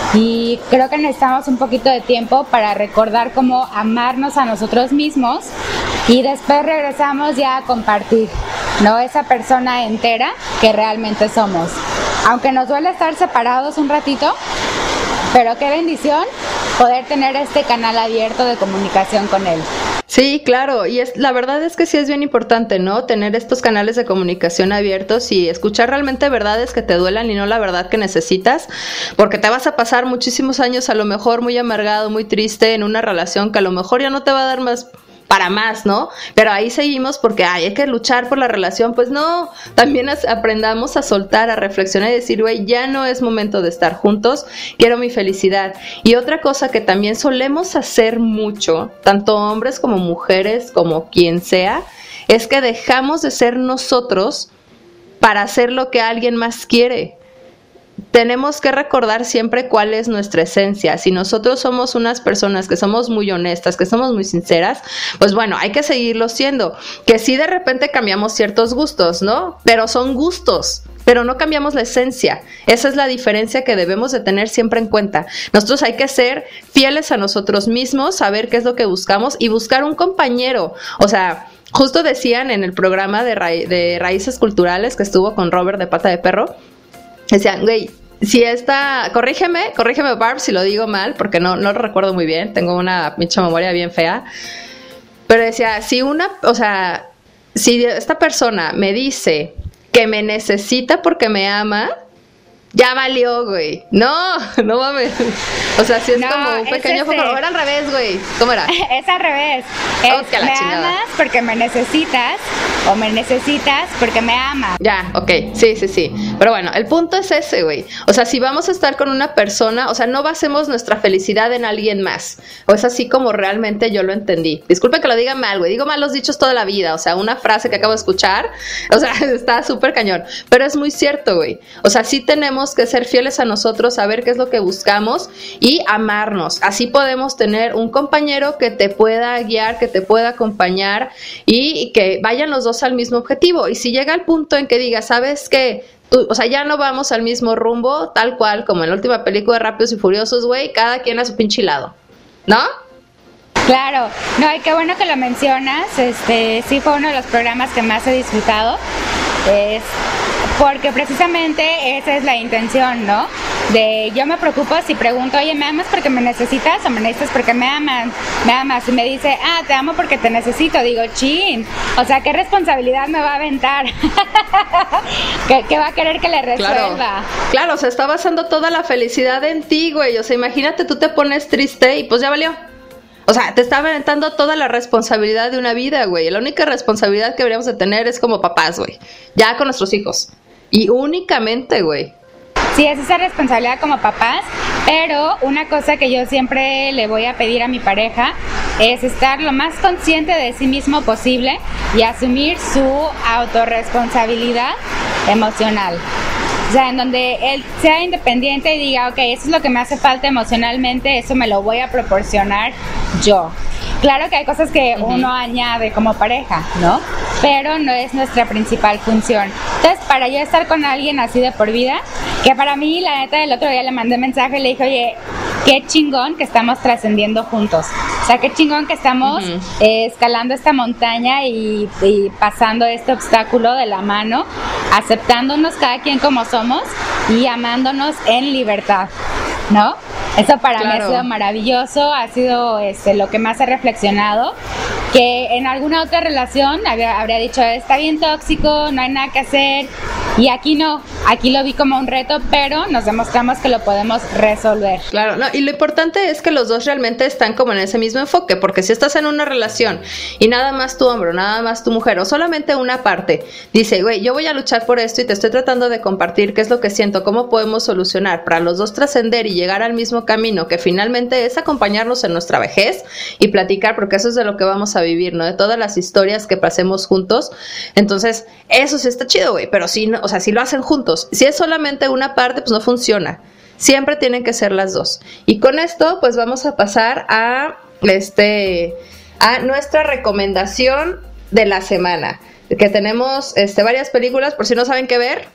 y creo que necesitamos un poquito de tiempo para recordar cómo amarnos a nosotros mismos y después regresamos ya a compartir, ¿no? Esa persona entera que realmente somos. Aunque nos duele estar separados un ratito, pero qué bendición poder tener este canal abierto de comunicación con él. Sí, claro, y es la verdad es que sí es bien importante, ¿no? Tener estos canales de comunicación abiertos y escuchar realmente verdades que te duelan y no la verdad que necesitas, porque te vas a pasar muchísimos años a lo mejor muy amargado, muy triste en una relación que a lo mejor ya no te va a dar más para más, ¿no? Pero ahí seguimos porque ay, hay que luchar por la relación. Pues no, también as- aprendamos a soltar, a reflexionar y decir, güey, ya no es momento de estar juntos, quiero mi felicidad. Y otra cosa que también solemos hacer mucho, tanto hombres como mujeres, como quien sea, es que dejamos de ser nosotros para hacer lo que alguien más quiere. Tenemos que recordar siempre cuál es nuestra esencia. Si nosotros somos unas personas que somos muy honestas, que somos muy sinceras, pues bueno, hay que seguirlo siendo. Que sí de repente cambiamos ciertos gustos, ¿no? Pero son gustos, pero no cambiamos la esencia. Esa es la diferencia que debemos de tener siempre en cuenta. Nosotros hay que ser fieles a nosotros mismos, saber qué es lo que buscamos y buscar un compañero. O sea, justo decían en el programa de, ra- de Raíces Culturales que estuvo con Robert de Pata de Perro, decían, güey, si esta, corrígeme, corrígeme Barb si lo digo mal, porque no, no lo recuerdo muy bien, tengo una pinche memoria bien fea, pero decía, si una, o sea, si esta persona me dice que me necesita porque me ama, ya valió, güey. No, no mames. O sea, si es no, como un pequeño este... foco. Era al revés, güey. ¿Cómo era? Es al revés. Es, oh, que la me chingada. amas porque me necesitas o me necesitas porque me amas. Ya, ok. Sí, sí, sí. Pero bueno, el punto es ese, güey. O sea, si vamos a estar con una persona, o sea, no basemos nuestra felicidad en alguien más. O es así como realmente yo lo entendí. Disculpen que lo diga mal, güey. Digo mal los dichos toda la vida. O sea, una frase que acabo de escuchar, o sea, está súper cañón. Pero es muy cierto, güey. O sea, sí tenemos que ser fieles a nosotros, saber qué es lo que buscamos y amarnos. Así podemos tener un compañero que te pueda guiar, que te pueda acompañar y que vayan los dos al mismo objetivo. Y si llega el punto en que digas, ¿sabes qué? Tú, o sea, ya no vamos al mismo rumbo, tal cual como en la última película de Rápidos y Furiosos, güey, cada quien a su pinche lado, ¿no? Claro, no, y qué bueno que lo mencionas, este, sí fue uno de los programas que más he disfrutado, es porque precisamente esa es la intención, ¿no? De yo me preocupo si pregunto, oye, ¿me amas porque me necesitas o me necesitas porque me aman? Me amas y me dice, ah, te amo porque te necesito. Digo, chin, o sea, ¿qué responsabilidad me va a aventar? ¿Qué, ¿Qué va a querer que le resuelva? Claro, claro, se está basando toda la felicidad en ti, güey. O sea, imagínate, tú te pones triste y pues ya valió. O sea, te está aventando toda la responsabilidad de una vida, güey. La única responsabilidad que deberíamos de tener es como papás, güey. Ya con nuestros hijos. Y únicamente, güey. Sí, es esa responsabilidad como papás, pero una cosa que yo siempre le voy a pedir a mi pareja es estar lo más consciente de sí mismo posible y asumir su autorresponsabilidad emocional. O sea, en donde él sea independiente y diga, ok, eso es lo que me hace falta emocionalmente, eso me lo voy a proporcionar yo. Claro que hay cosas que uh-huh. uno añade como pareja, ¿no? Pero no es nuestra principal función. Entonces, para yo estar con alguien así de por vida, que para mí, la neta, el otro día le mandé mensaje y le dije, oye, qué chingón que estamos trascendiendo juntos. O sea, qué chingón que estamos uh-huh. eh, escalando esta montaña y, y pasando este obstáculo de la mano, aceptándonos cada quien como somos y amándonos en libertad, ¿no? Eso para claro. mí ha sido maravilloso, ha sido este, lo que más he reflexionado, que en alguna otra relación habría, habría dicho, está bien tóxico, no hay nada que hacer, y aquí no, aquí lo vi como un reto, pero nos demostramos que lo podemos resolver. Claro, no, y lo importante es que los dos realmente están como en ese mismo enfoque, porque si estás en una relación y nada más tu hombre, nada más tu mujer, o solamente una parte, dice, güey, yo voy a luchar por esto y te estoy tratando de compartir qué es lo que siento, cómo podemos solucionar para los dos trascender y llegar al mismo camino, que finalmente es acompañarnos en nuestra vejez y platicar, porque eso es de lo que vamos a vivir, ¿no? De todas las historias que pasemos juntos. Entonces, eso sí está chido, güey, pero si no, o sea, si lo hacen juntos, si es solamente una parte, pues no funciona. Siempre tienen que ser las dos. Y con esto, pues vamos a pasar a este a nuestra recomendación de la semana. Que tenemos este, varias películas, por si no saben qué ver,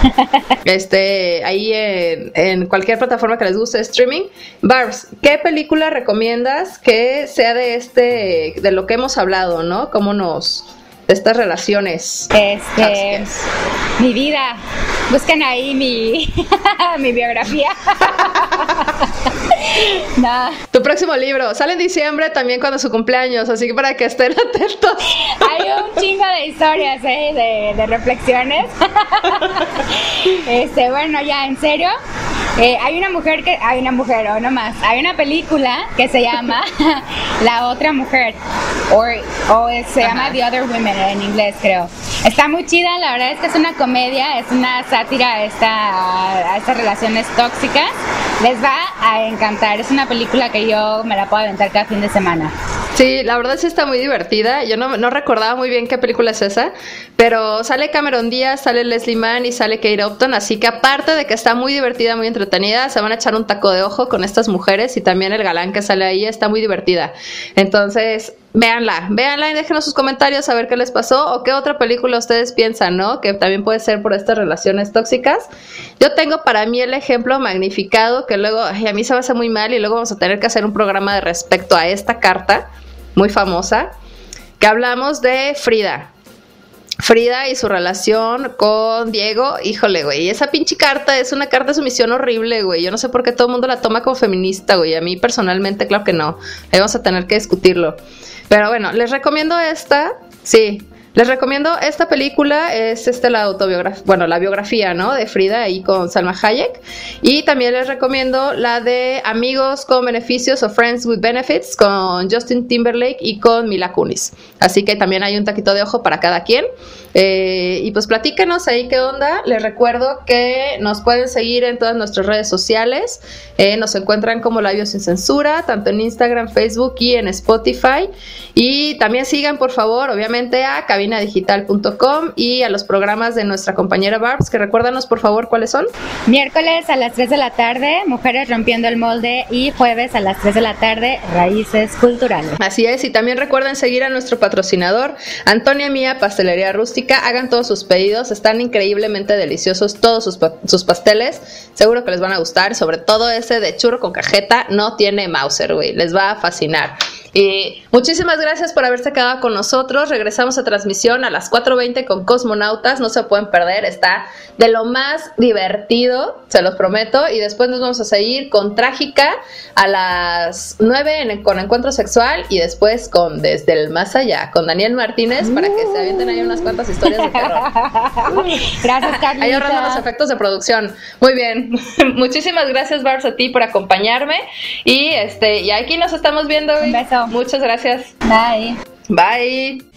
este, ahí en, en cualquier plataforma que les guste streaming. Barbs, ¿qué película recomiendas que sea de este, de lo que hemos hablado, ¿no? ¿Cómo nos, de estas relaciones? Este, mi vida, busquen ahí mi, mi biografía. No. Tu próximo libro sale en diciembre también cuando es su cumpleaños, así que para que estén atentos. Hay un chingo de historias, ¿eh? de, de reflexiones. Este, bueno, ya en serio, eh, hay una mujer que, hay una mujer o no más, hay una película que se llama La Otra Mujer, o, o es, se Ajá. llama The Other Women en inglés, creo. Está muy chida, la verdad es que es una comedia, es una sátira a, esta, a estas relaciones tóxicas. Les va a encantar, es una película que yo me la puedo aventar cada fin de semana. Sí, la verdad sí está muy divertida. Yo no, no recordaba muy bien qué película es esa, pero sale Cameron Díaz, sale Leslie Mann y sale Kate Upton, así que aparte de que está muy divertida, muy entretenida, se van a echar un taco de ojo con estas mujeres y también el galán que sale ahí está muy divertida. Entonces, véanla, véanla y déjenos sus comentarios a ver qué les pasó o qué otra película ustedes piensan, ¿no? Que también puede ser por estas relaciones tóxicas. Yo tengo para mí el ejemplo magnificado que luego, ay, a mí se me hace muy mal y luego vamos a tener que hacer un programa de respecto a esta carta muy famosa, que hablamos de Frida. Frida y su relación con Diego, híjole, güey, esa pinche carta es una carta de sumisión horrible, güey. Yo no sé por qué todo el mundo la toma como feminista, güey. A mí personalmente, claro que no. Ahí vamos a tener que discutirlo. Pero bueno, les recomiendo esta, sí. Les recomiendo esta película, es este la autobiografía, bueno, la biografía, ¿no? De Frida ahí con Salma Hayek. Y también les recomiendo la de Amigos con Beneficios o Friends with Benefits con Justin Timberlake y con Mila Kunis. Así que también hay un taquito de ojo para cada quien. Eh, y pues platícanos ahí qué onda. Les recuerdo que nos pueden seguir en todas nuestras redes sociales. Eh, nos encuentran como Labios Sin Censura, tanto en Instagram, Facebook y en Spotify. Y también sigan, por favor, obviamente a cabina digital punto com y a los programas de nuestra compañera Barbs, que recuérdanos, por favor, cuáles son. Miércoles a las tres de la tarde, Mujeres Rompiendo el Molde, y jueves a las tres de la tarde, Raíces Culturales. Así es, y también recuerden seguir a nuestro patrocinador, Antonia Mía Pastelería Rústica. Hagan todos sus pedidos, están increíblemente deliciosos todos sus, sus pasteles, seguro que les van a gustar, sobre todo ese de churro con cajeta, no tiene Mauser, güey, les va a fascinar. Y muchísimas gracias por haberse quedado con nosotros. Regresamos a transmisión a las cuatro veinte con Cosmonautas, no se pueden perder, está de lo más divertido, se los prometo. Y después nos vamos a seguir con Trágica a las nueve en, con Encuentro Sexual, y después con Desde el Más Allá con Daniel Martínez, para que se avienten ahí unas cuantas historias de terror. Gracias, Carlita. Ahí ahorrando los efectos de producción. Muy bien. Muchísimas gracias, Barbs, a ti por acompañarme. Y este y aquí nos estamos viendo. Un beso. Muchas gracias. Bye. Bye.